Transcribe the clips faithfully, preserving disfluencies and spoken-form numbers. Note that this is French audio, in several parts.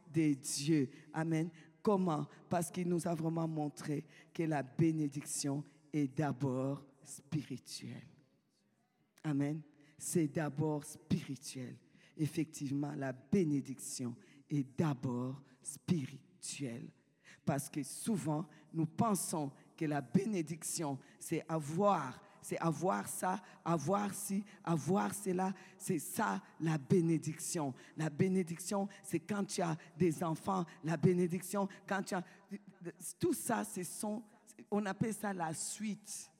de Dieu. Amen. Comment? Parce qu'il nous a vraiment montré que la bénédiction est d'abord spirituelle. Amen. C'est d'abord spirituel. Effectivement, la bénédiction est d'abord spirituelle. Parce que souvent, nous pensons que la bénédiction, c'est avoir, c'est avoir ça, avoir ci, avoir cela. C'est ça, la bénédiction. La bénédiction, c'est quand tu as des enfants. La bénédiction, quand tu as... Tout ça, ce sont, on appelle ça la suite.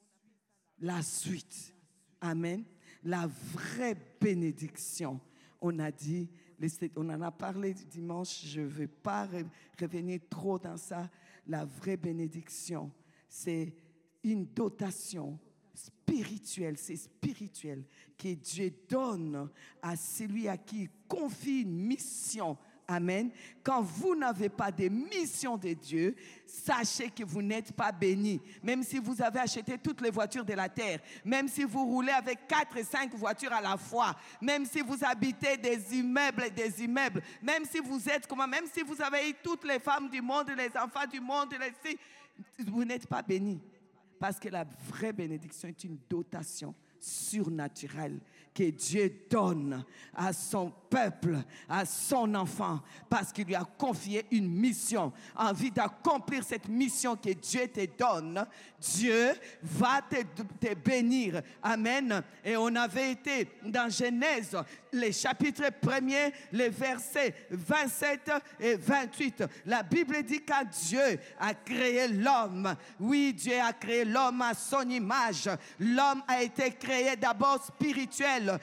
La suite. Amen. La vraie bénédiction. On a dit, on en a parlé dimanche, je ne vais pas revenir trop dans ça. La vraie bénédiction, c'est une dotation spirituelle, c'est spirituel, que Dieu donne à celui à qui il confie une mission. Amen. Quand vous n'avez pas de mission de Dieu, sachez que vous n'êtes pas béni. Même si vous avez acheté toutes les voitures de la terre, même si vous roulez avec quatre et cinq voitures à la fois, même si vous habitez des immeubles et des immeubles, même si vous êtes comment, même si vous avez eu toutes les femmes du monde, les enfants du monde, les... vous n'êtes pas béni. Parce que la vraie bénédiction est une dotation surnaturelle que Dieu donne à son peuple, à son enfant, parce qu'il lui a confié une mission. Envie d'accomplir cette mission que Dieu te donne, Dieu va te, te bénir. Amen. Et on avait été dans Genèse, les chapitres premier, les versets vingt-sept et vingt-huit. La Bible dit que Dieu a créé l'homme. Oui, Dieu a créé l'homme à son image. L'homme a été créé d'abord spirituel,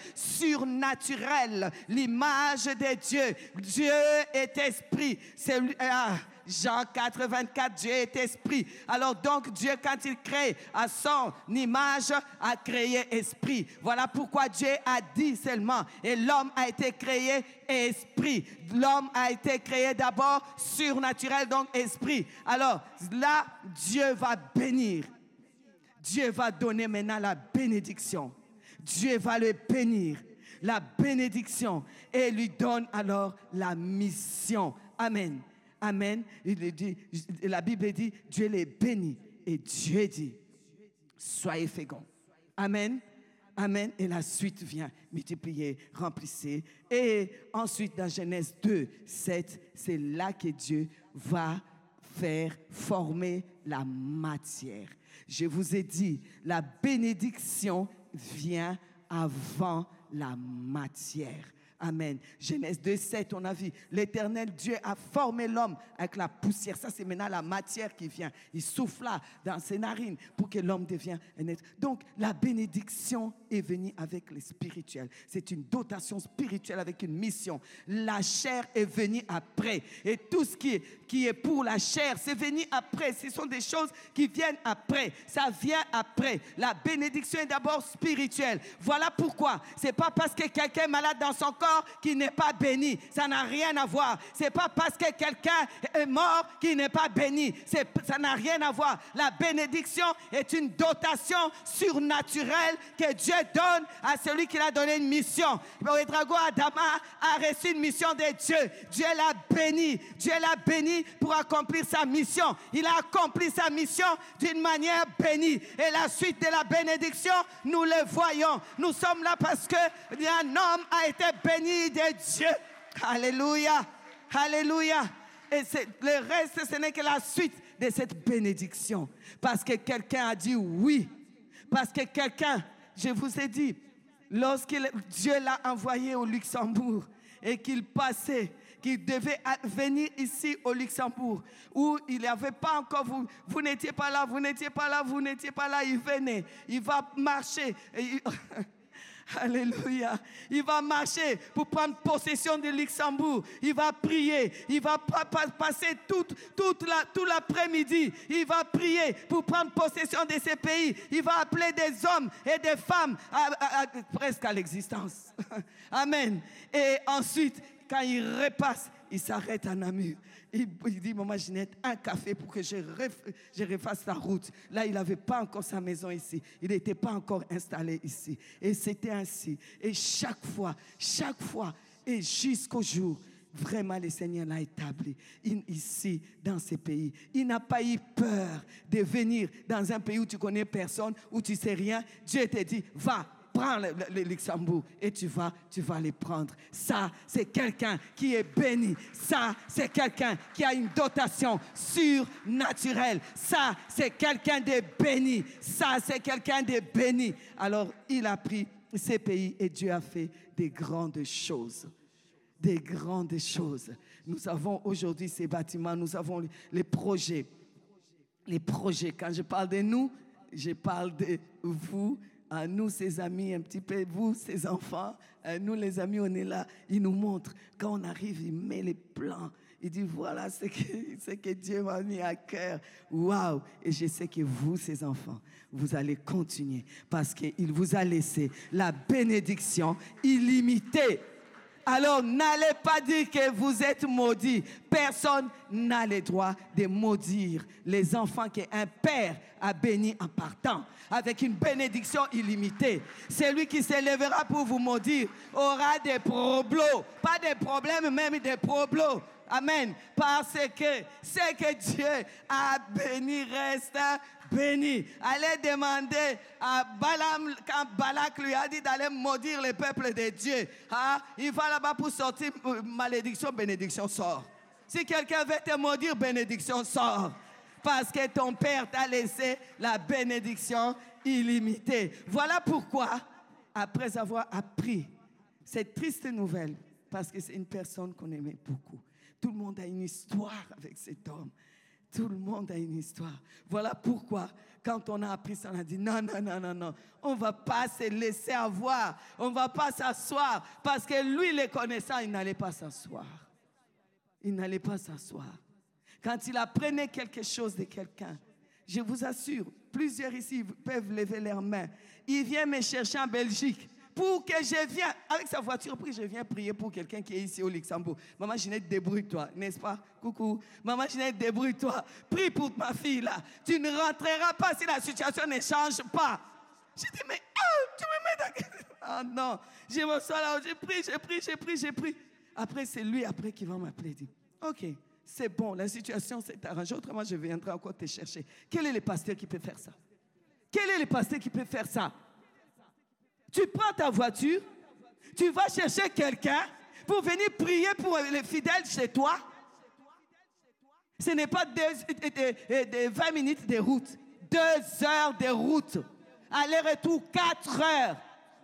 surnaturel, l'image de Dieu. Dieu est esprit. C'est ah, Jean quatre, vingt-quatre, Dieu est esprit. Alors donc Dieu, quand il crée à son image, a créé esprit. Voilà pourquoi Dieu a dit seulement, et l'homme a été créé esprit. L'homme a été créé d'abord surnaturel, donc esprit. Alors là, Dieu va bénir. Dieu va donner maintenant la bénédiction. Dieu va le bénir, la bénédiction, et lui donne alors la mission. Amen. Amen. Il dit, la Bible dit, Dieu les bénit. Et Dieu dit, soyez féconds. Amen. Amen. Et la suite vient, multiplier, remplissez. Et ensuite, dans Genèse deux, sept, c'est là que Dieu va faire former la matière. Je vous ai dit, la bénédiction vient avant la matière. Amen. Genèse deux, sept, on a vu, l'Éternel Dieu a formé l'homme avec la poussière. Ça, c'est maintenant la matière qui vient. Il souffla dans ses narines pour que l'homme devienne un être. Donc, la bénédiction est venue avec le spirituel. C'est une dotation spirituelle avec une mission. La chair est venue après. Et tout ce qui est, qui est pour la chair, c'est venu après. Ce sont des choses qui viennent après. Ça vient après. La bénédiction est d'abord spirituelle. Voilà pourquoi. C'est pas parce que quelqu'un est malade dans son corps qui n'est pas béni. Ça n'a rien à voir. C'est pas parce que quelqu'un est mort qui n'est pas béni. C'est, ça n'a rien à voir. La bénédiction est une dotation surnaturelle que Dieu donne à celui qui l'a donné une mission. Ouédraogo Adama a reçu une mission de Dieu. Dieu l'a béni. Dieu l'a béni pour accomplir sa mission. Il a accompli sa mission d'une manière bénie. Et la suite de la bénédiction, nous le voyons. Nous sommes là parce que un homme a été béni de Dieu. Alléluia. Alléluia. Et c'est, le reste, ce n'est que la suite de cette bénédiction. Parce que quelqu'un a dit oui. Parce que quelqu'un, je vous ai dit, lorsque Dieu l'a envoyé au Luxembourg et qu'il passait, qu'il devait venir ici au Luxembourg, où il n'y avait pas encore, vous, vous n'étiez pas là, vous n'étiez pas là, vous n'étiez pas là, il venait, il va marcher. Et il... Alléluia. Il va marcher pour prendre possession de Luxembourg. Il va prier. Il va pa- pa- passer toute, toute la, tout l'après-midi. Il va prier pour prendre possession de ces pays. Il va appeler des hommes et des femmes à, à, à, presque à l'existence. Amen. Et ensuite, quand il repasse, il s'arrête à Namur. Il, il dit, maman Ginette, un café pour que je, ref, je refasse la route. Là, il n'avait pas encore sa maison ici. Il n'était pas encore installé ici. Et c'était ainsi. Et chaque fois, chaque fois, et jusqu'au jour, Vraiment, le Seigneur l'a établi ici, dans ces pays. Il n'a pas eu peur de venir dans un pays où tu connais personne, où tu ne sais rien. Dieu te dit, va, prends le, le, le Luxembourg et tu vas, tu vas les prendre. Ça, c'est quelqu'un qui est béni. Ça, c'est quelqu'un qui a une dotation surnaturelle. Ça, c'est quelqu'un de béni. Ça, c'est quelqu'un de béni. Alors, il a pris ces pays et Dieu a fait des grandes choses. Des grandes choses. Nous avons aujourd'hui ces bâtiments, nous avons les projets. Les projets, quand je parle de nous, je parle de vous, à nous, ses amis, un petit peu, vous, ses enfants. Nous, les amis, on est là. Il nous montre. Quand on arrive, il met les plans. Il dit, voilà ce que, ce que Dieu m'a mis à cœur. Waouh! Et je sais que vous, ses enfants, vous allez continuer parce qu'il vous a laissé la bénédiction illimitée. Alors, n'allez pas dire que vous êtes maudits. Personne n'a le droit de maudire les enfants qu'un père a bénis en partant, avec une bénédiction illimitée. Celui qui s'élèvera pour vous maudire aura des problèmes. Pas des problèmes, même des problèmes. Amen. Parce que ce que Dieu a béni reste béni. Allez demander à Balaam, quand Balak lui a dit d'aller maudire le peuple de Dieu. Hein? Il va là-bas pour sortir malédiction, bénédiction sort. Si quelqu'un veut te maudire, bénédiction sort. Parce que ton père t'a laissé la bénédiction illimitée. Voilà pourquoi, après avoir appris cette triste nouvelle, parce que c'est une personne qu'on aimait beaucoup. Tout le monde a une histoire avec cet homme. Tout le monde a une histoire. Voilà pourquoi, quand on a appris ça, on a dit non, non, non, non, non. On ne va pas se laisser avoir. On ne va pas s'asseoir. Parce que lui, les connaissant, il n'allait pas s'asseoir. Il n'allait pas s'asseoir. Quand il apprenait quelque chose de quelqu'un, je vous assure, plusieurs ici peuvent lever leurs mains. Il vient me chercher en Belgique. Pour que je vienne, avec sa voiture, pour que je vienne prier pour quelqu'un qui est ici au Luxembourg. Maman Ginette, débrouille-toi, n'est-ce pas? Coucou. Maman Ginette, débrouille-toi. Prie pour ma fille là. Tu ne rentreras pas si la situation ne change pas. Je dis, mais oh, tu me mets dans... Ah non. Je me sois là, j'ai pris, j'ai pris, j'ai pris, j'ai pris. Après, c'est lui après qui va m'appeler. Il dit, ok, c'est bon, la situation s'est arrangée. Autrement, je viendrai encore te chercher. Quel est le pasteur qui peut faire ça? Quel est le pasteur qui peut faire ça? Tu prends ta voiture, tu vas chercher quelqu'un pour venir prier pour les fidèles chez toi. Ce n'est pas deux, deux, deux, vingt minutes de route, deux heures de route. Aller-retour, quatre heures.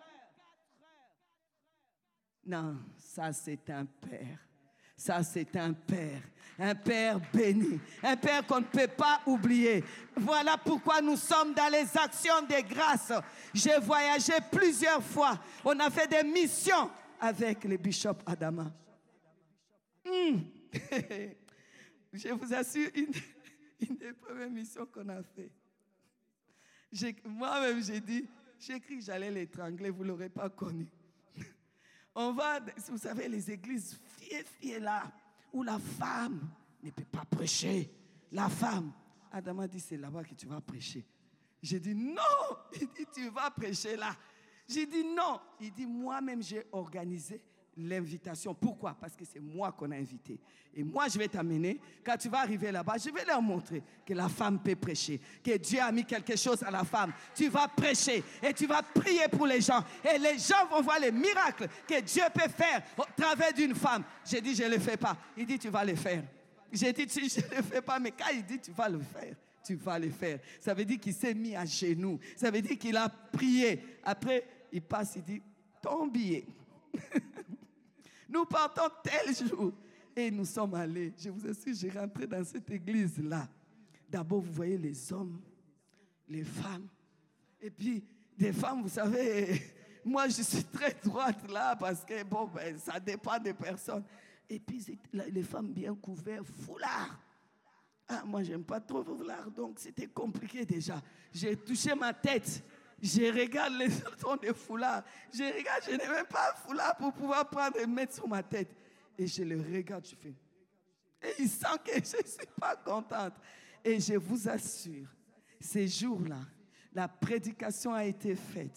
Non, ça c'est un père. Ça c'est un père. Un père béni, un père qu'on ne peut pas oublier. Voilà pourquoi nous sommes dans les actions de grâce. J'ai voyagé plusieurs fois. On a fait des missions avec le bishop Adama. Mmh. Je vous assure, une, une des premières missions qu'on a fait. Moi-même, j'ai dit, j'ai cru que j'allais l'étrangler, vous ne l'aurez pas connu. On va, vous savez, les églises fiées, fiées là, où la femme ne peut pas prêcher. La femme. Adam a dit, c'est là-bas que tu vas prêcher. J'ai dit, non. Il dit, tu vas prêcher là. J'ai dit, non. Il dit, moi-même, j'ai organisé l'invitation. Pourquoi? Parce que c'est moi qu'on a invité. Et moi, je vais t'amener. Quand tu vas arriver là-bas, je vais leur montrer que la femme peut prêcher. Que Dieu a mis quelque chose à la femme. Tu vas prêcher et tu vas prier pour les gens. Et les gens vont voir les miracles que Dieu peut faire au travers d'une femme. J'ai dit, je ne le fais pas. Il dit, tu vas le faire. J'ai dit, je ne le fais pas. Mais quand il dit, tu vas le faire, tu vas le faire. Ça veut dire qu'il s'est mis à genoux. Ça veut dire qu'il a prié. Après, il passe, il dit, ton billet. Nous partons tel jour. Et nous sommes allés. Je vous assure, j'ai rentré dans cette église-là. D'abord, vous voyez les hommes, les femmes. Et puis, des femmes, vous savez, moi, je suis très droite là parce que, bon, ben, ça dépend des personnes. Et puis, les femmes bien couvertes, foulard. Ah, moi, j'aime pas trop foulard, donc c'était compliqué déjà. J'ai touché ma tête. Je regarde les autres ont des foulards. Je regarde, je n'ai même pas un foulard pour pouvoir prendre et mettre sur ma tête. Et je le regarde, je fais. Et il sent que je ne suis pas contente. Et je vous assure, ces jours-là, la prédication a été faite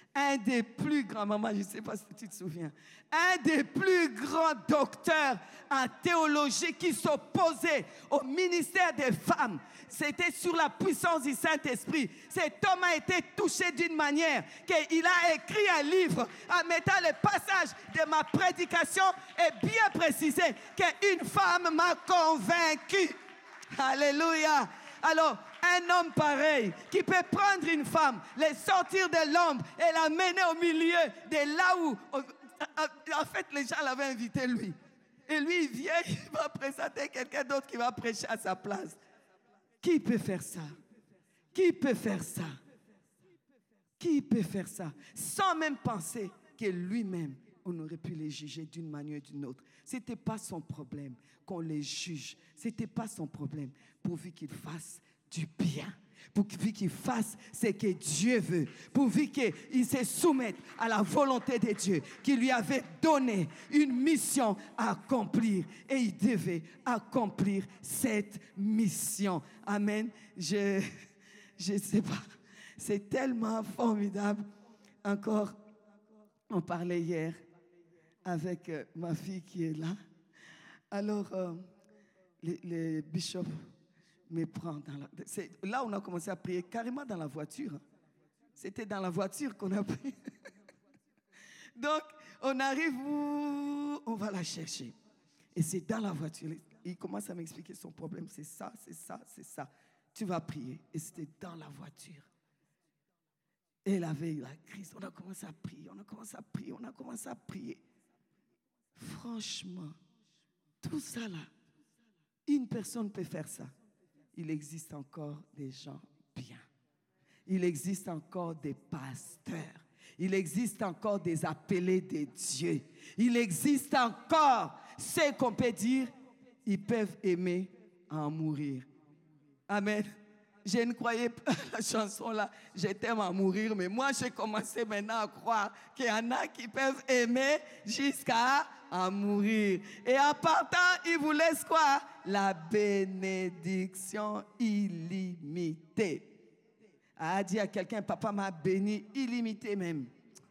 un des plus grands, maman, je ne sais pas si tu te souviens, un des plus grands docteurs en théologie qui s'opposait au ministère des femmes. C'était sur la puissance du Saint-Esprit. Cet homme a été touché d'une manière qu'il a écrit un livre en mettant les passages de ma prédication et bien précisé qu'une femme m'a convaincu. Alléluia. Alors, un homme pareil qui peut prendre une femme, les sortir de l'ombre et la mener au milieu de là où, en fait, les gens l'avaient invité lui. Et lui, il vient, il va présenter quelqu'un d'autre qui va prêcher à sa place. Qui peut faire ça? Qui peut faire ça? Qui peut faire ça? Sans même penser que lui-même, on aurait pu les juger d'une manière ou d'une autre. Ce n'était pas son problème qu'on les juge. Ce n'était pas son problème. Pourvu qu'il fasse du bien. Pourvu qu'il fasse ce que Dieu veut. Pourvu qu'il se soumette à la volonté de Dieu qui lui avait donné une mission à accomplir. Et il devait accomplir cette mission. Amen. Je ne sais pas. C'est tellement formidable. Encore, on parlait hier avec euh, ma fille qui est là. Alors, euh, le, le bishop me prend dans la... C'est, là, on a commencé à prier carrément dans la voiture. C'était dans la voiture qu'on a prié. Donc, on arrive où on va la chercher. Et c'est dans la voiture. Il commence à m'expliquer son problème. C'est ça, c'est ça, c'est ça. Tu vas prier. Et c'était dans la voiture. Et elle avait la crise. On a commencé à prier, on a commencé à prier, on a commencé à prier. Franchement, tout ça là, une personne peut faire ça. Il existe encore des gens bien. Il existe encore des pasteurs. Il existe encore des appelés de Dieu. Il existe encore ceux qu'on peut dire, ils peuvent aimer en mourir. Amen. Je ne croyais pas la chanson là, je t'aime à mourir, mais moi j'ai commencé maintenant à croire qu'il y en a qui peuvent aimer jusqu'à en mourir. Et en partant, il vous laisse quoi? La bénédiction illimitée. A dit à quelqu'un, papa m'a béni illimité même.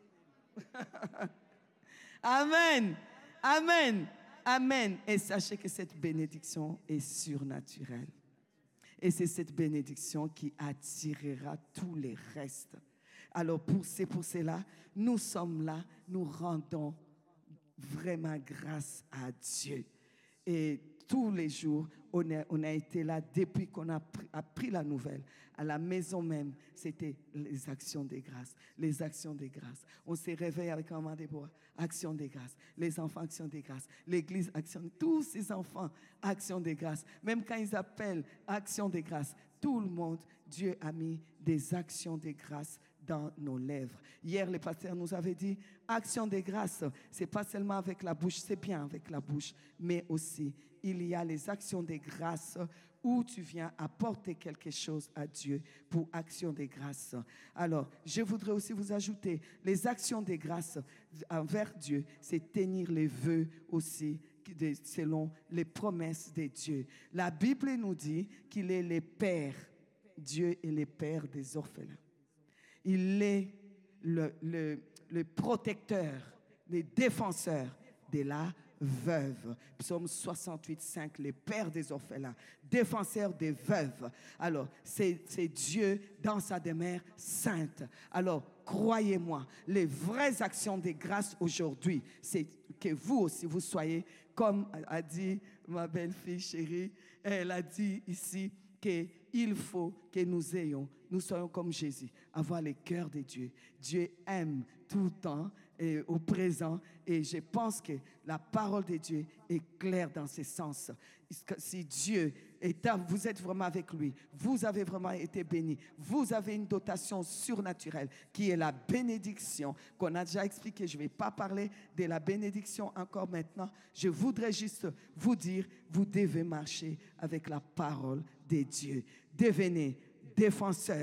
Amen. Amen. Amen. Et sachez que cette bénédiction est surnaturelle. Et c'est cette bénédiction qui attirera tous les restes. Alors, pour, c'est pour cela, nous sommes là, nous rendons vraiment grâce à Dieu. Et tous les jours, on a, on a été là depuis qu'on a pris, a pris la nouvelle. À la maison même, c'était les actions des grâces. Les actions des grâces. On s'est réveillé avec Maman Déborah. Action des grâces. Les enfants, action des grâces. L'église, action. Tous ces enfants, action des grâces. Même quand ils appellent action des grâces, tout le monde, Dieu a mis des actions des grâces dans nos lèvres. Hier, le pasteur nous avait dit, action des grâces, c'est pas seulement avec la bouche, c'est bien avec la bouche, mais aussi, il y a les actions des grâces où tu viens apporter quelque chose à Dieu pour action des grâces. Alors, je voudrais aussi vous ajouter, les actions des grâces envers Dieu, c'est tenir les vœux aussi selon les promesses de Dieu. La Bible nous dit qu'il est le Père, Dieu est le Père des orphelins. Il est le, le, le protecteur, le défenseur de la veuve. Psaume soixante-huit, cinq, le Père des orphelins, défenseur des veuves. Alors, c'est, c'est Dieu dans sa demeure sainte. Alors, croyez-moi, les vraies actions de grâce aujourd'hui, c'est que vous aussi, vous soyez, comme a dit ma belle-fille chérie, elle a dit ici qu'il faut que nous ayons, nous soyons comme Jésus, avoir le cœur de Dieu. Dieu aime tout le temps et au présent, et je pense que la parole de Dieu est claire dans ce sens. Si Dieu est à, vous êtes vraiment avec lui, vous avez vraiment été béni, vous avez une dotation surnaturelle qui est la bénédiction qu'on a déjà expliqué. Je ne vais pas parler de la bénédiction encore maintenant. Je voudrais juste vous dire, vous devez marcher avec la parole de Dieu. Devenez défenseur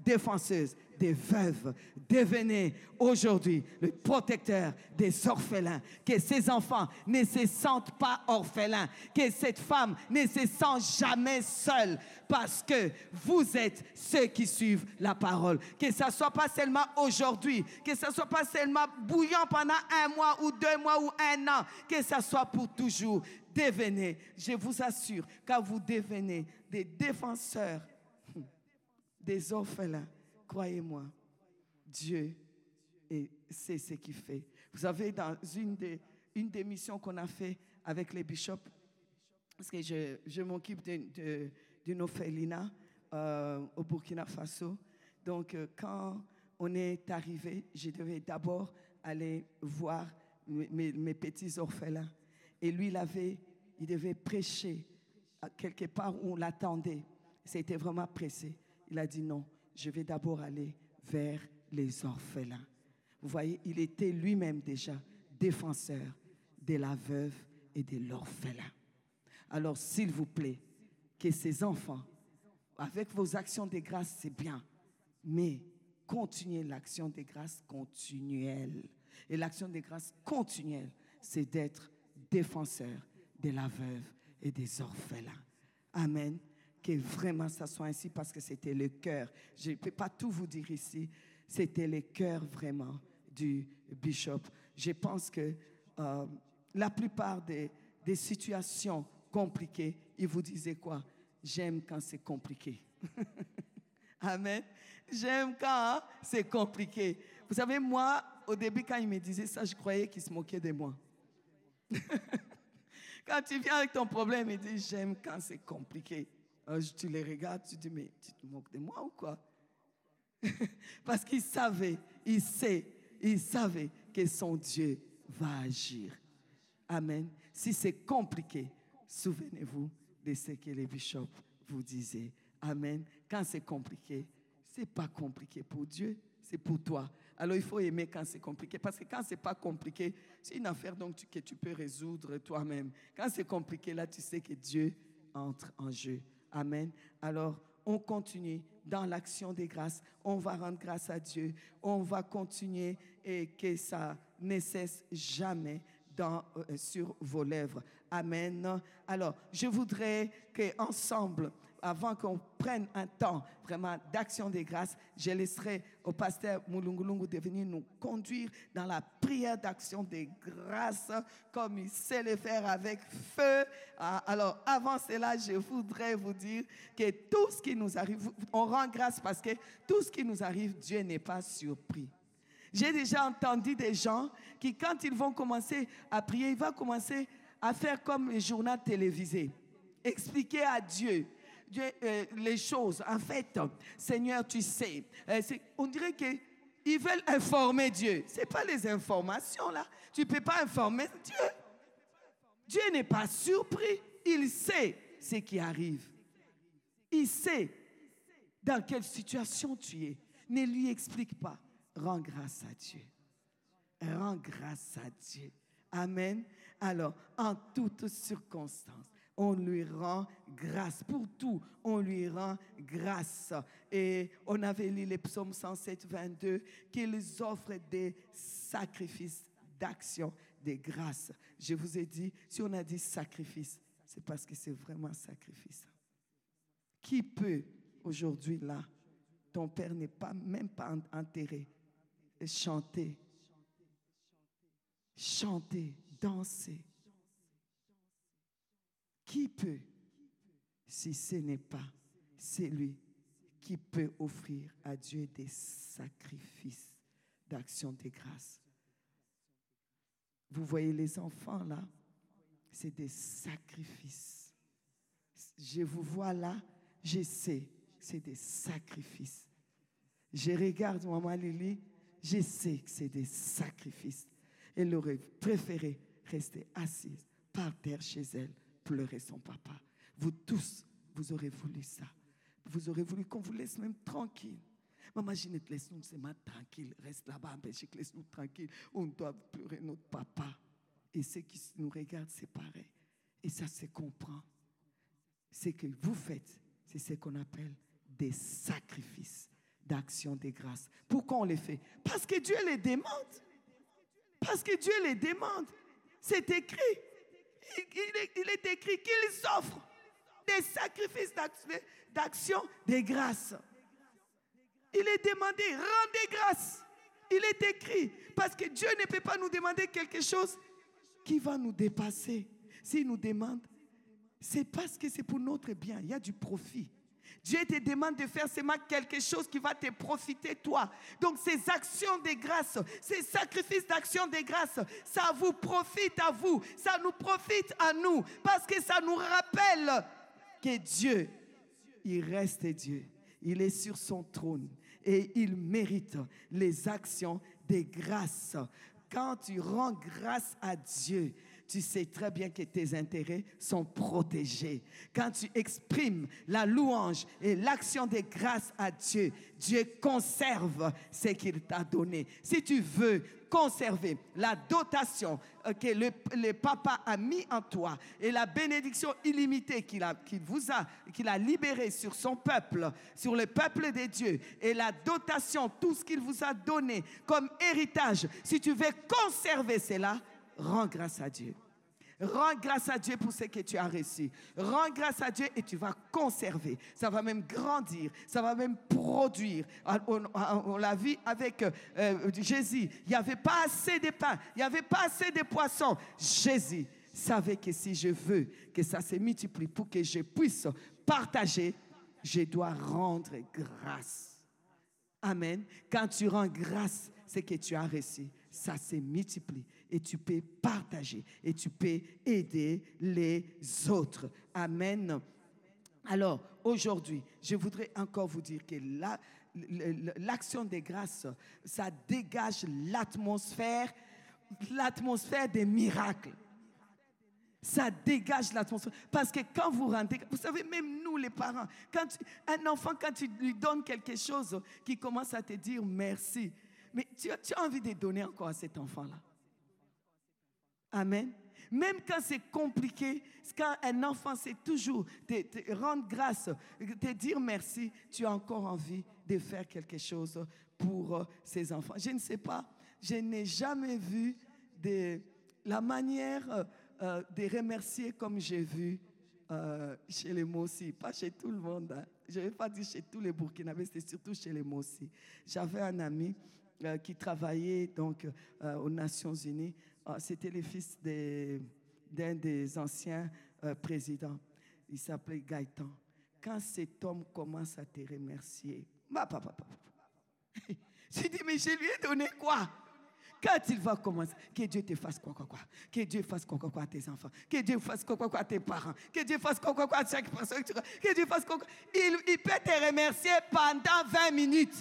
défenseuse des veuves. Devenez aujourd'hui le protecteur des orphelins. Que ces enfants ne se sentent pas orphelins. Que cette femme ne se sent jamais seule. Parce que vous êtes ceux qui suivent la parole. Que ça ne soit pas seulement aujourd'hui. Que ça ne soit pas seulement bouillant pendant un mois ou deux mois ou un an. Que ça soit pour toujours. Devenez, je vous assure, quand vous devenez des défenseurs des orphelins, croyez-moi, Dieu sait ce qu'il fait. Vous savez, dans une des, une des missions qu'on a fait avec les bishops, parce que je, je m'occupe d'une orphelinat euh, au Burkina Faso. Donc, euh, quand on est arrivé, je devais d'abord aller voir mes, mes, mes petits orphelins. Et lui, il, avait, il devait prêcher à quelque part où on l'attendait. C'était vraiment pressé. Il a dit non, je vais d'abord aller vers les orphelins. Vous voyez, il était lui-même déjà défenseur de la veuve et de l'orphelin. Alors, s'il vous plaît, que ces enfants, avec vos actions de grâce, c'est bien, mais continuez l'action de grâce continuelle. Et l'action de grâce continuelle, c'est d'être défenseur de la veuve et des orphelins. Amen. Que vraiment ça soit ainsi parce que c'était le cœur. Je ne peux pas tout vous dire ici. C'était le cœur vraiment du bishop. Je pense que euh, la plupart des, des situations compliquées, il vous disait quoi? J'aime quand c'est compliqué. Amen. J'aime quand c'est compliqué. Vous savez, moi, au début, quand il me disait ça, je croyais qu'il se moquait de moi. Quand tu viens avec ton problème, il dit, j'aime quand c'est compliqué. Alors, tu les regardes, tu dis, mais tu te moques de moi ou quoi? Parce qu'il savait, il sait, il savait que son Dieu va agir. Amen. Si c'est compliqué, souvenez-vous de ce que les bishops vous disaient. Amen. Quand c'est compliqué, ce n'est pas compliqué pour Dieu, c'est pour toi. Alors, il faut aimer quand c'est compliqué. Parce que quand ce n'est pas compliqué, c'est une affaire donc, que tu peux résoudre toi-même. Quand c'est compliqué, là, tu sais que Dieu entre en jeu. Amen. Alors, on continue dans l'action des grâces. On va rendre grâce à Dieu. On va continuer et que ça ne cesse jamais dans, euh, sur vos lèvres. Amen. Alors, je voudrais qu'ensemble, avant qu'on prenne un temps vraiment d'action des grâces, je laisserai au pasteur Mulungulungu de venir nous conduire dans la prière d'action des grâces comme il sait le faire avec feu. Alors, avant cela, je voudrais vous dire que tout ce qui nous arrive, on rend grâce parce que tout ce qui nous arrive, Dieu n'est pas surpris. J'ai déjà entendu des gens qui, quand ils vont commencer à prier, ils vont commencer à faire comme les journaux télévisés. Expliquer à Dieu. Dieu, euh, les choses. En fait, Seigneur, tu sais, euh, on dirait qu'ils veulent informer Dieu. Ce n'est pas les informations là. Tu ne peux pas informer Dieu. Dieu n'est pas surpris. Il sait ce qui arrive. Il sait dans quelle situation tu es. Ne lui explique pas. Rends grâce à Dieu. Rends grâce à Dieu. Amen. Alors, en toutes circonstances, on lui rend grâce. Pour tout, on lui rend grâce. Et on avait lu les psaumes cent sept, vingt-deux, qu'ils offrent des sacrifices d'action, des grâces. Je vous ai dit, si on a dit sacrifice, c'est parce que c'est vraiment sacrifice. Qui peut, aujourd'hui, là, ton père n'est pas, même pas enterré, chanter, chanter, danser. Qui peut, si ce n'est pas celui qui peut offrir à Dieu des sacrifices d'action de grâce? Vous voyez les enfants là, c'est des sacrifices. Je vous vois là, je sais, c'est des sacrifices. Je regarde maman Lily, je sais que c'est des sacrifices. Elle aurait préféré rester assise par terre chez elle, pleurer son papa. Vous tous, vous aurez voulu ça. Vous aurez voulu qu'on vous laisse même tranquille. Maman Ginette, laisse-nous seulement tranquille. Reste là-bas en Belgique, laisse-nous tranquille. On doit pleurer notre papa. Et ceux qui nous regardent, c'est pareil. Et ça se comprend. Ce que vous faites, c'est ce qu'on appelle des sacrifices d'action des grâces. Pourquoi on les fait? Parce que Dieu les demande. Parce que Dieu les demande. C'est écrit. Il, il, est, il est écrit qu'ils offrent des sacrifices d'action des grâces. Il est demandé, rendez grâce. Il est écrit. Parce que Dieu ne peut pas nous demander quelque chose qui va nous dépasser. S'il nous demande, c'est parce que c'est pour notre bien. Il y a du profit. Dieu te demande de faire seulement quelque chose qui va te profiter toi. Donc ces actions de grâce, ces sacrifices d'action de grâce, ça vous profite à vous. Ça nous profite à nous. Parce que ça nous rappelle que Dieu, il reste Dieu. Il est sur son trône et il mérite les actions de grâce. Quand tu rends grâce à Dieu, tu sais très bien que tes intérêts sont protégés. Quand tu exprimes la louange et l'action de grâce à Dieu, Dieu conserve ce qu'il t'a donné. Si tu veux conserver la dotation que le, le papa a mis en toi et la bénédiction illimitée qu'il a, qu'il vous a, qu'il a libérée sur son peuple, sur le peuple de Dieu, et la dotation, tout ce qu'il vous a donné comme héritage, si tu veux conserver cela, rends grâce à Dieu. Rends grâce à Dieu pour ce que tu as reçu. Rends grâce à Dieu et tu vas conserver. Ça va même grandir. Ça va même produire. On, on, on l'a vu avec euh, Jésus. Il n'y avait pas assez de pain. Il n'y avait pas assez de poissons. Jésus savait que si je veux que ça se multiplie pour que je puisse partager, je dois rendre grâce. Amen. Quand tu rends grâce, c'est que tu as reçu. Ça se multiplie et tu peux partager et tu peux aider les autres. Amen. Alors, aujourd'hui, je voudrais encore vous dire que la, l'action des grâces, ça dégage l'atmosphère, l'atmosphère des miracles. Ça dégage l'atmosphère. Parce que quand vous rendez, vous savez, même nous les parents, quand tu, un enfant, quand tu lui donnes quelque chose qui commence à te dire merci, mais tu as, tu as envie de donner encore à cet enfant-là. Amen. Même quand c'est compliqué, quand un enfant sait toujours te, te rendre grâce, te dire merci, tu as encore envie de faire quelque chose pour ces enfants. Je ne sais pas, je n'ai jamais vu de, la manière euh, de remercier comme j'ai vu euh, chez les Mossi, pas chez tout le monde. Hein. Je ne vais pas dire chez tous les Burkinabés, c'était surtout chez les Mossi. J'avais un ami Euh, qui travaillait donc euh, aux Nations Unies. Euh, c'était le fils de, d'un des anciens euh, présidents. Il s'appelait Gaëtan. Quand cet homme commence à te remercier, bah, bah, bah, bah. J'ai dit, mais je lui ai donné quoi? Quand il va commencer, que Dieu te fasse quoi, quoi, quoi. Que Dieu fasse quoi, quoi, quoi à tes enfants. Que Dieu fasse quoi, quoi, quoi à tes parents. Que Dieu fasse quoi, quoi, quoi à chaque personne. Que Dieu fasse quoi, quoi. Il, il peut te remercier pendant vingt minutes.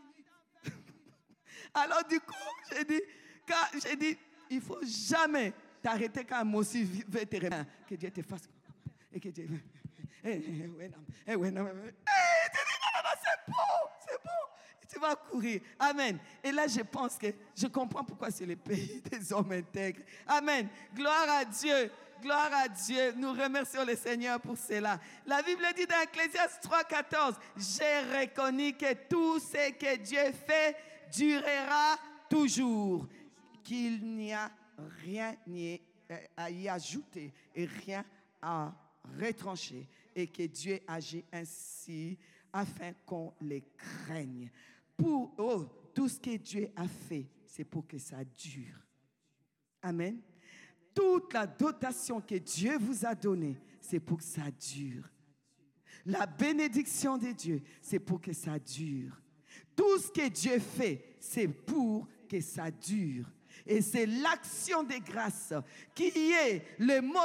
Alors du coup, j'ai dit, quand, j'ai dit, il ne faut jamais t'arrêter quand un mot aussi veut te remercier. Que Dieu te fasse. Et que Dieu... Eh, eh, ouais, non, eh, ouais, non, eh, tu dis, non, non, non, c'est bon, c'est bon. Et tu vas courir. Amen. Et là, je pense que je comprends pourquoi c'est le pays des hommes intègres. Amen. Gloire à Dieu. Gloire à Dieu. Nous remercions le Seigneur pour cela. La Bible dit dans Ecclésiaste trois, quatorze, j'ai reconnu que tout ce que Dieu fait durera toujours, qu'il n'y a rien à y ajouter et rien à retrancher, et que Dieu agit ainsi afin qu'on les craigne. Pour oh, tout ce que Dieu a fait, c'est pour que ça dure. Amen. Toute la dotation que Dieu vous a donnée, c'est pour que ça dure. La bénédiction de Dieu, c'est pour que ça dure. Tout ce que Dieu fait, c'est pour que ça dure. Et c'est l'action de grâce qui est le mot.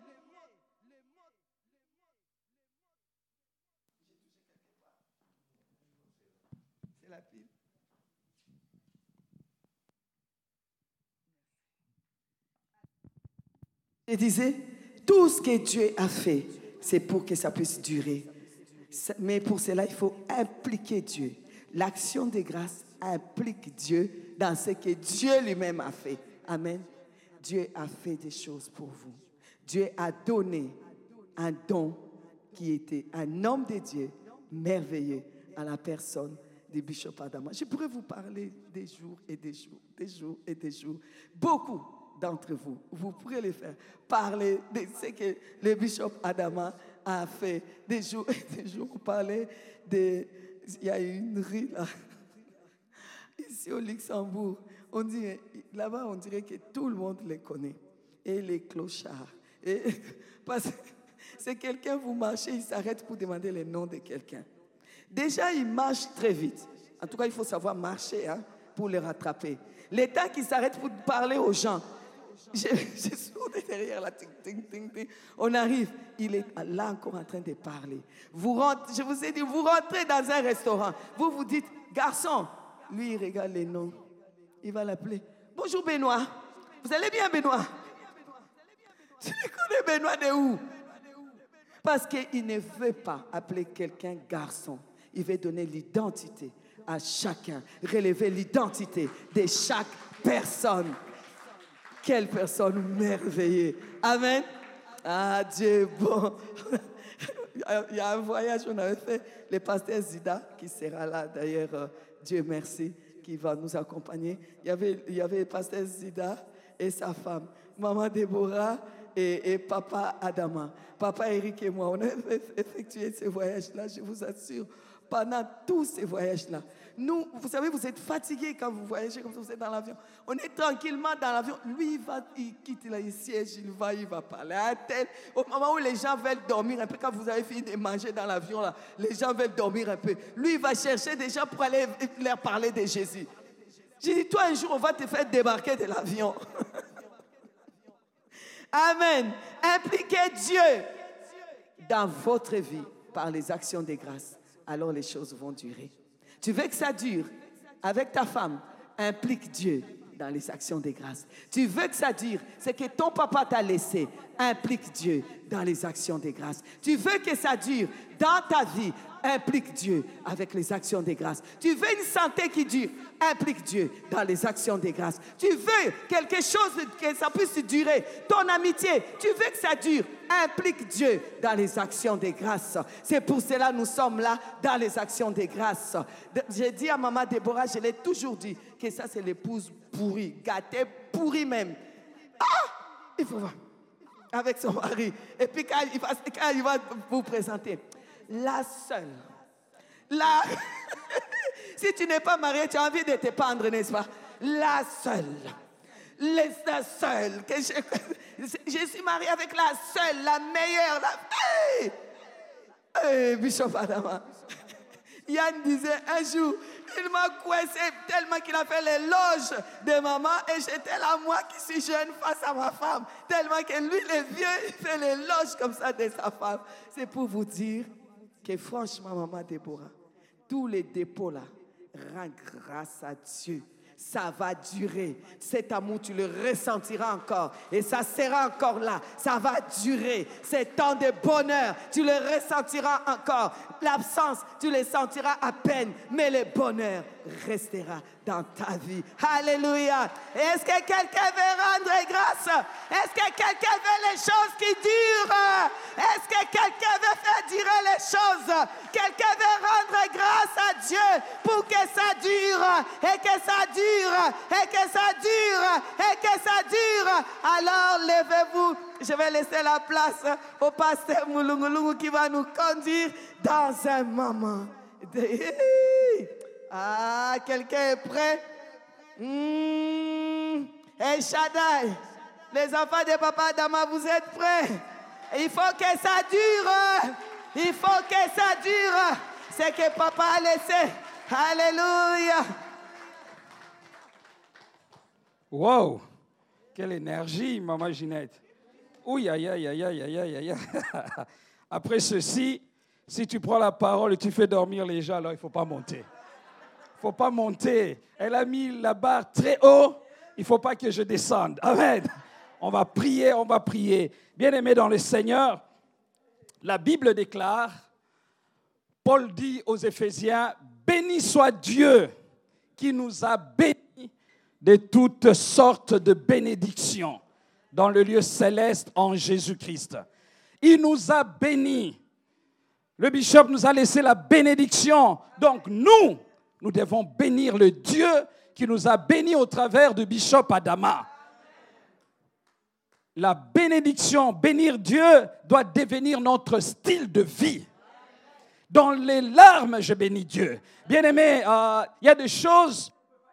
C'est la pile. Je disais, tout ce que Dieu a fait, c'est pour que ça puisse durer. Mais pour cela, il faut impliquer Dieu. L'action de grâce implique Dieu dans ce que Dieu lui-même a fait. Amen. Dieu a fait des choses pour vous. Dieu a donné un don qui était un homme de Dieu merveilleux à la personne du Bishop Adama. Je pourrais vous parler des jours et des jours, des jours et des jours. Beaucoup d'entre vous, vous pourrez les faire. Parler de ce que le Bishop Adama a fait des jours et des jours. Parler de... Il y a une rue là, ici au Luxembourg. On dirait, là-bas, on dirait que tout le monde les connaît. Et les clochards. Et, parce que c'est quelqu'un, vous marchez, il s'arrête pour demander le nom de quelqu'un. Déjà, il marche très vite. En tout cas, il faut savoir marcher hein, pour les rattraper. Les temps qui s'arrêtent pour parler aux gens. Je, je suis derrière là, ting, ting, ting, ting. On arrive, il est là encore en train de parler. Vous rentrez, je vous ai dit, vous rentrez dans un restaurant. Vous vous dites, garçon, lui il regarde les noms. Il va l'appeler. Bonjour Benoît. Vous allez bien Benoît? Tu connais Benoît de où? Parce qu'il ne veut pas appeler quelqu'un garçon. Il veut donner l'identité à chacun. Relever l'identité de chaque personne. Quelle personne merveilleuse. Amen. Ah, Dieu est bon. Il y a un voyage qu'on avait fait. Le pasteur Zida, qui sera là d'ailleurs, euh, Dieu merci, qui va nous accompagner. Il y avait, il y avait le pasteur Zida et sa femme, maman Déborah et, et papa Adama. Papa Eric et moi, on a effectué ce voyage-là, je vous assure. Pendant tous ces voyages-là. Nous, vous savez, vous êtes fatigués quand vous voyagez comme ça, vous êtes dans l'avion. On est tranquillement dans l'avion. Lui, il va, il quitte là, il siège, il va, il va parler à tel. Au moment où les gens veulent dormir un peu, quand vous avez fini de manger dans l'avion, là, les gens veulent dormir un peu. Lui, il va chercher des gens pour aller leur parler de Jésus. J'ai dit, toi, un jour, on va te faire débarquer de l'avion. Amen. Impliquez Dieu dans votre vie par les actions de grâce. Alors les choses vont durer. Tu veux que ça dure avec ta femme, implique Dieu dans les actions de grâce. Tu veux que ça dure, c'est que ton papa t'a laissé, implique Dieu dans les actions de grâce. Tu veux que ça dure dans ta vie, implique Dieu avec les actions de grâce. Tu veux une santé qui dure, implique Dieu dans les actions de grâce. Tu veux quelque chose que ça puisse durer, ton amitié, tu veux que ça dure, implique Dieu dans les actions de grâce. C'est pour cela que nous sommes là dans les actions de grâce. J'ai dit à maman Déborah, je l'ai toujours dit, que ça c'est l'épouse pourrie, gâtée, pourrie même. Ah, il faut voir. Avec son mari. Et puis quand il va, quand il va vous présenter, la seule, la... si tu n'es pas marié, tu as envie de te pendre, n'est-ce pas? La seule, la seule, que je, je suis mariée avec la seule, la meilleure, la... Hey! Hey, Bishop Adama. Yann disait un jour, il m'a coincé tellement qu'il a fait l'éloge de maman et j'étais là, moi qui suis jeune face à ma femme. Tellement que lui, le vieux, il fait l'éloge comme ça de sa femme. C'est pour vous dire que franchement, maman Déborah, tous les dépôts là, rends grâce à Dieu. Ça va durer. Cet amour, tu le ressentiras encore. Et ça sera encore là. Ça va durer. Ces temps de bonheur, tu le ressentiras encore. L'absence, tu le sentiras à peine. Mais le bonheur restera dans ta vie. Alléluia. Est-ce que quelqu'un veut rendre grâce? Est-ce que quelqu'un veut les choses qui durent? Est-ce que quelqu'un veut faire durer les choses? Quelqu'un veut rendre grâce à Dieu pour que ça dure et que ça dure et que ça dure et que ça dure. Alors levez-vous. Je vais laisser la place au pasteur Moulungulungu qui va nous conduire dans un moment de... Ah, quelqu'un est prêt? Mmh. Hey Shaddai, les enfants de Papa Adama, vous êtes prêts? Il faut que ça dure. Il faut que ça dure. C'est que Papa a laissé. Alléluia. Wow, quelle énergie, maman Ginette. Ouh, aïe, aïe, aïe, aïe, aïe, aïe, aïe. Après ceci, si tu prends la parole et tu fais dormir les gens, alors il ne faut pas monter. Il ne faut pas monter. Elle a mis la barre très haut. Il ne faut pas que je descende. Amen. On va prier, on va prier. Bien-aimés dans le Seigneur, la Bible déclare, Paul dit aux Éphésiens, « Béni soit Dieu qui nous a bénis de toutes sortes de bénédictions dans le lieu céleste en Jésus-Christ. » Il nous a bénis. Le bishop nous a laissé la bénédiction. Donc nous, Nous devons bénir le Dieu qui nous a bénis au travers de Bishop Adama. La bénédiction, bénir Dieu, doit devenir notre style de vie. Dans les larmes, je bénis Dieu. Bien-aimés, euh, il y a des choses...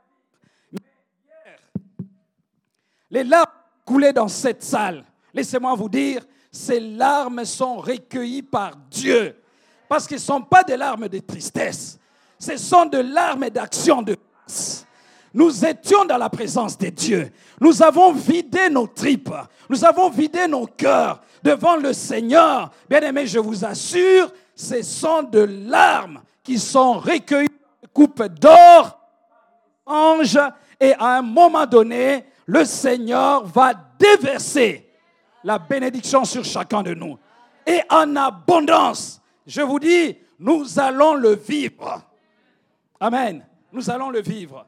Les larmes coulaient dans cette salle. Laissez-moi vous dire, ces larmes sont recueillies par Dieu. Parce que ce ne sont pas des larmes de tristesse. Ce sont des larmes d'action de grâce. Nous étions dans la présence de Dieu. Nous avons vidé nos tripes. Nous avons vidé nos cœurs devant le Seigneur. Bien-aimés, je vous assure, ce sont de larmes qui sont recueillies dans une coupe d'or, ange, et à un moment donné, le Seigneur va déverser la bénédiction sur chacun de nous. Et en abondance, je vous dis, nous allons le vivre. Amen. Nous allons le vivre.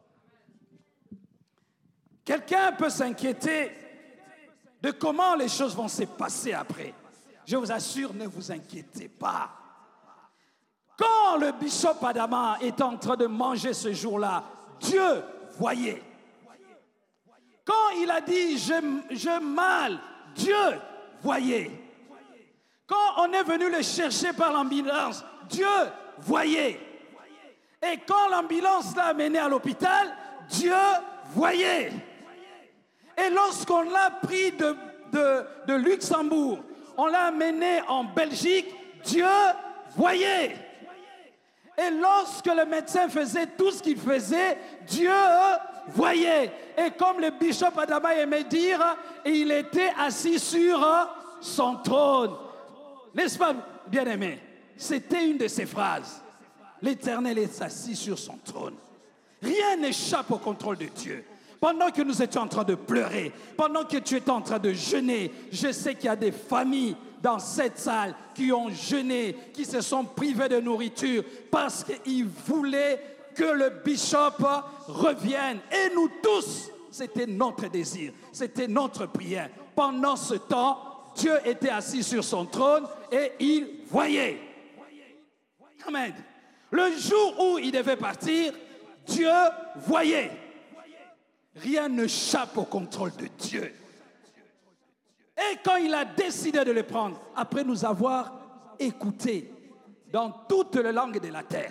Quelqu'un peut s'inquiéter de comment les choses vont se passer après. Je vous assure, ne vous inquiétez pas. Quand le bishop Adama est en train de manger ce jour-là, Dieu voyait. Quand il a dit « je, je mal », Dieu voyait. Quand on est venu le chercher par l'ambulance, Dieu voyait. Et quand l'ambulance l'a amené à l'hôpital, Dieu voyait. Et lorsqu'on l'a pris de, de, de Luxembourg, on l'a amené en Belgique, Dieu voyait. Et lorsque le médecin faisait tout ce qu'il faisait, Dieu voyait. Et comme le bishop Adama aimait dire, il était assis sur son trône. N'est-ce pas, bien-aimé? C'était une de ses phrases. L'Éternel est assis sur son trône. Rien n'échappe au contrôle de Dieu. Pendant que nous étions en train de pleurer, pendant que tu étais en train de jeûner, je sais qu'il y a des familles dans cette salle qui ont jeûné, qui se sont privées de nourriture parce qu'ils voulaient que le bishop revienne. Et nous tous, c'était notre désir, c'était notre prière. Pendant ce temps, Dieu était assis sur son trône et il voyait. Amen. Le jour où il devait partir, Dieu voyait. Rien n'échappe au contrôle de Dieu. Et quand il a décidé de le prendre, après nous avoir écoutés dans toutes les langues de la terre,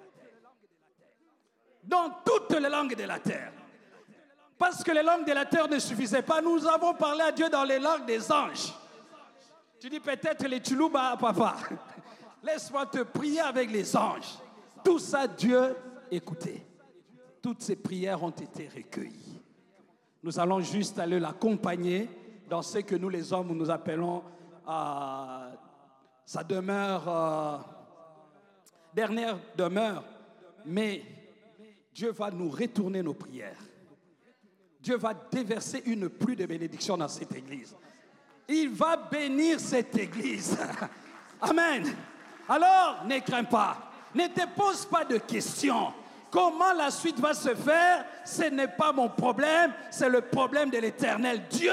dans toutes les langues de la terre, parce que les langues de la terre ne suffisaient pas, nous avons parlé à Dieu dans les langues des anges. Tu dis peut-être les Tchoulouba, papa. Laisse-moi te prier avec les anges. Tout ça, Dieu écoutait. Toutes ces prières ont été recueillies. Nous allons juste aller l'accompagner dans ce que nous, les hommes, nous appelons euh, sa demeure, euh, dernière demeure. Mais Dieu va nous retourner nos prières. Dieu va déverser une pluie de bénédiction dans cette église. Il va bénir cette église. Amen. Alors, ne crains pas. Ne te pose pas de questions. Comment la suite va se faire, ce n'est pas mon problème, c'est le problème de l'Éternel. Dieu,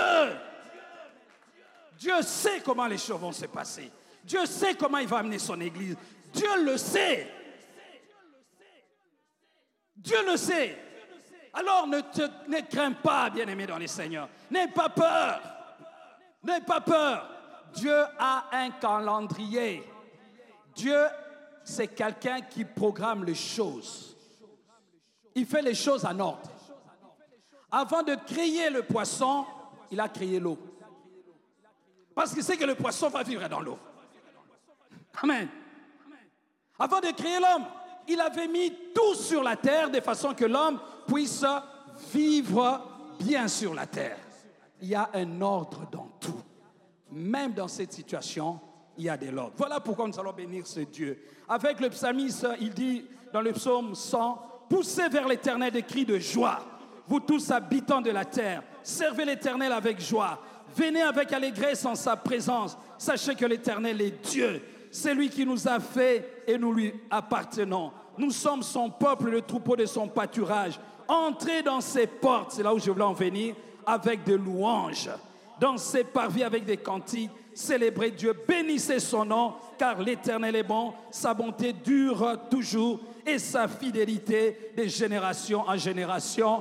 Dieu sait comment les choses vont se passer. Dieu sait comment il va amener son église. Dieu le sait. Dieu le sait. Alors ne, te, ne crains pas, bien-aimé dans les Seigneurs. N'aie pas peur. N'aie pas peur. Dieu a un calendrier. Dieu, c'est quelqu'un qui programme les choses. Il fait les choses en ordre. Avant de créer le poisson, il a créé l'eau. Parce qu'il sait que le poisson va vivre dans l'eau. Amen. Avant de créer l'homme, il avait mis tout sur la terre de façon que l'homme puisse vivre bien sur la terre. Il y a un ordre dans tout. Même dans cette situation, il y a de l'ordre. Voilà pourquoi nous allons bénir ce Dieu. Avec le psalmiste, il dit dans le psaume cent, « Poussez vers l'Éternel des cris de joie, vous tous habitants de la terre, servez l'Éternel avec joie, venez avec allégresse en sa présence, sachez que l'Éternel est Dieu, c'est lui qui nous a fait et nous lui appartenons. Nous sommes son peuple, le troupeau de son pâturage. Entrez dans ses portes, c'est là où je voulais en venir, avec des louanges, dans ses parvis avec des cantiques, célébrez Dieu, bénissez son nom, car l'Éternel est bon, sa bonté dure toujours et sa fidélité de génération en génération.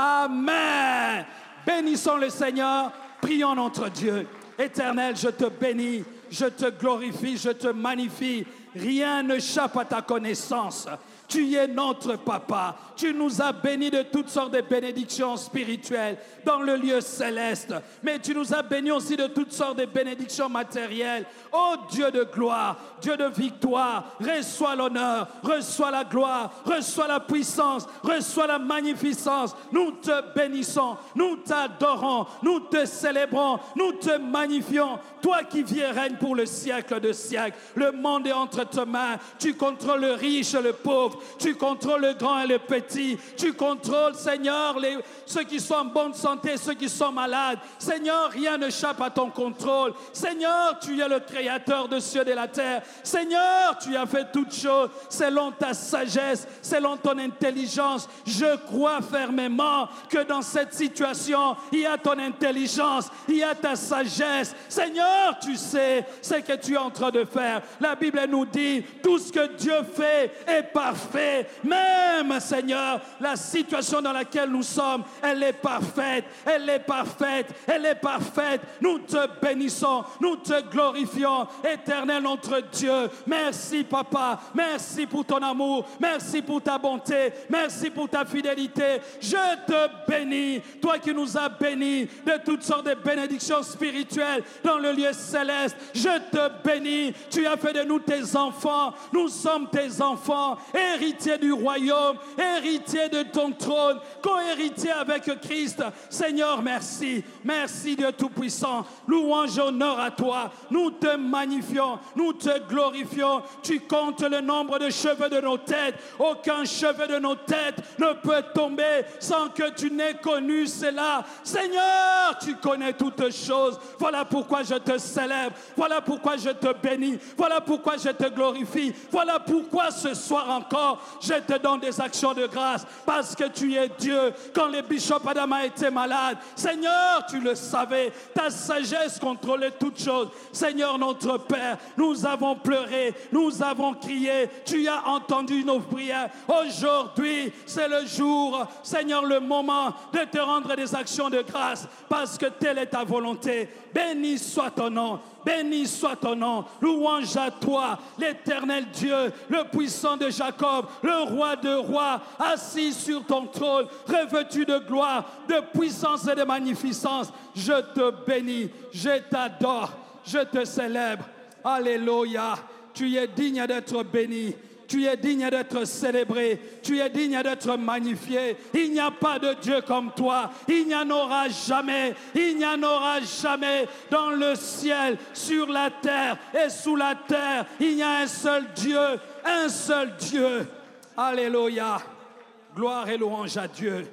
Amen. Bénissons le Seigneur, prions notre Dieu. Éternel, je te bénis, je te glorifie, je te magnifie. Rien n'échappe à ta connaissance. Tu es notre papa. Tu nous as bénis de toutes sortes de bénédictions spirituelles dans le lieu céleste. Mais tu nous as bénis aussi de toutes sortes de bénédictions matérielles. Ô Dieu de gloire, Dieu de victoire, reçois l'honneur, reçois la gloire, reçois la puissance, reçois la magnificence. Nous te bénissons, nous t'adorons, nous te célébrons, nous te magnifions. Toi qui vis et règnes pour le siècle de siècles. Le monde est entre tes mains. Tu contrôles le riche et le pauvre. Tu contrôles le grand et le petit. Tu contrôles, Seigneur, les, ceux qui sont en bonne santé, ceux qui sont malades. Seigneur, rien n'échappe à ton contrôle. Seigneur, tu es le créateur de cieux et de la terre. Seigneur, tu as fait toutes choses selon ta sagesse, selon ton intelligence. Je crois fermement que dans cette situation, il y a ton intelligence, il y a ta sagesse. Seigneur, tu sais ce que tu es en train de faire. La Bible nous dit, tout ce que Dieu fait est parfait. Même, Seigneur, la situation dans laquelle nous sommes, elle est parfaite, elle est parfaite, elle est parfaite. Nous te bénissons, nous te glorifions, Éternel notre Dieu. Merci, Papa, merci pour ton amour, merci pour ta bonté, merci pour ta fidélité. Je te bénis, toi qui nous as bénis de toutes sortes de bénédictions spirituelles dans le lieu céleste. Je te bénis, tu as fait de nous tes enfants, nous sommes tes enfants, héritiers du royaume, héritiers de ton trône, co-héritiers avec Christ. Seigneur, merci, merci Dieu Tout-Puissant, louange et honneur à toi. Nous te magnifions, nous te glorifions. Tu comptes le nombre de cheveux de nos têtes. Aucun cheveu de nos têtes ne peut tomber sans que tu n'aies connu cela. Seigneur, tu connais toutes choses. Voilà pourquoi je te célèbre. Voilà pourquoi je te bénis. Voilà pourquoi je te glorifie. Voilà pourquoi ce soir encore, je te donne des actions de grâce. Parce que tu es Dieu. Quand le bishop Adama était malade, Seigneur, tu le savais. Ta sagesse contrôlait toutes choses. Seigneur, notre Père, nous avons pleuré, nous avons crié. Tu as entendu nos prières. Aujourd'hui, c'est le jour, Seigneur, le moment de te rendre des actions de grâce. Parce que telle est ta volonté. Béni soit ton nom. Béni soit ton nom, louange à toi, l'Éternel Dieu, le puissant de Jacob, le roi de rois, assis sur ton trône, revêtu de gloire, de puissance et de magnificence. Je te bénis, je t'adore, je te célèbre. Alléluia, tu es digne d'être béni. Tu es digne d'être célébré, tu es digne d'être magnifié. Il n'y a pas de Dieu comme toi, il n'y en aura jamais, il n'y en aura jamais dans le ciel, sur la terre et sous la terre. Il y a un seul Dieu, un seul Dieu. Alléluia, gloire et louange à Dieu.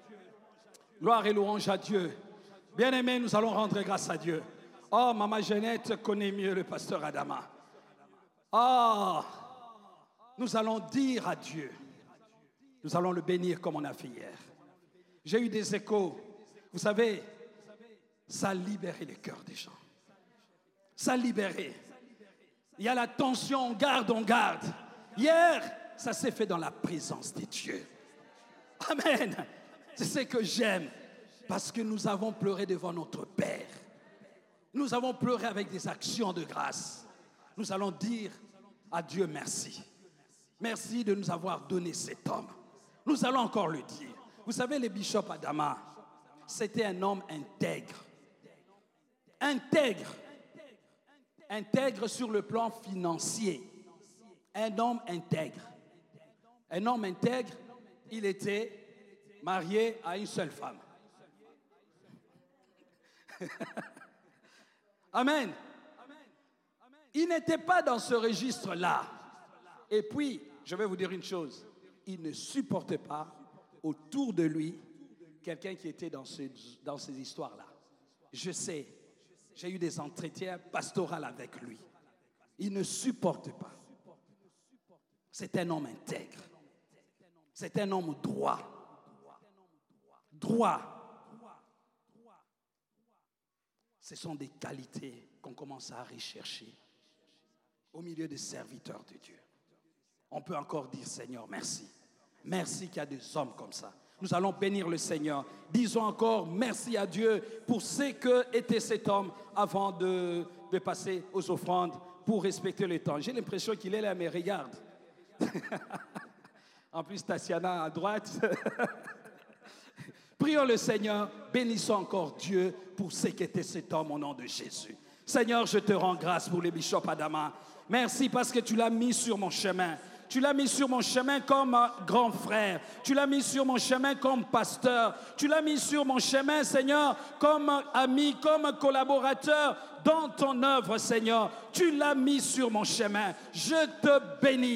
Gloire et louange à Dieu. Bien-aimés, nous allons rendre grâce à Dieu. Oh, Maman Jeannette connaît mieux le pasteur Adama. Oh, nous allons dire à Dieu, nous allons le bénir comme on a fait hier. J'ai eu des échos. Vous savez, ça a libéré les cœurs des gens. Ça a libéré. Il y a la tension, on garde, on garde. Hier, ça s'est fait dans la présence de Dieu. Amen. C'est ce que j'aime. Parce que nous avons pleuré devant notre Père. Nous avons pleuré avec des actions de grâce. Nous allons dire à Dieu merci. Merci de nous avoir donné cet homme. Nous allons encore le dire. Vous savez, le bishop Adama, c'était un homme intègre. Intègre. Intègre sur le plan financier. Un homme intègre. Un homme intègre, il était marié à une seule femme. Amen. Il n'était pas dans ce registre-là. Et puis, je vais vous dire une chose. Il ne supportait pas autour de lui quelqu'un qui était dans, ce, dans ces histoires-là. Je sais, j'ai eu des entretiens pastoraux avec lui. Il ne supporte pas. C'est un homme intègre. C'est un homme droit. Droit. Ce sont des qualités qu'on commence à rechercher au milieu des serviteurs de Dieu. On peut encore dire, Seigneur, merci. Merci qu'il y a des hommes comme ça. Nous allons bénir le Seigneur. Disons encore merci à Dieu pour ce qu'était cet homme avant de, de passer aux offrandes pour respecter le temps. J'ai l'impression qu'il est là, mais regarde. En plus, Tatiana à droite. Prions le Seigneur, bénissons encore Dieu pour ce qu'était cet homme au nom de Jésus. Seigneur, je te rends grâce pour le bishop Adama. Merci parce que tu l'as mis sur mon chemin. Tu l'as mis sur mon chemin comme grand frère. Tu l'as mis sur mon chemin comme pasteur. Tu l'as mis sur mon chemin, Seigneur, comme ami, comme collaborateur dans ton œuvre, Seigneur. Tu l'as mis sur mon chemin. Je te bénis.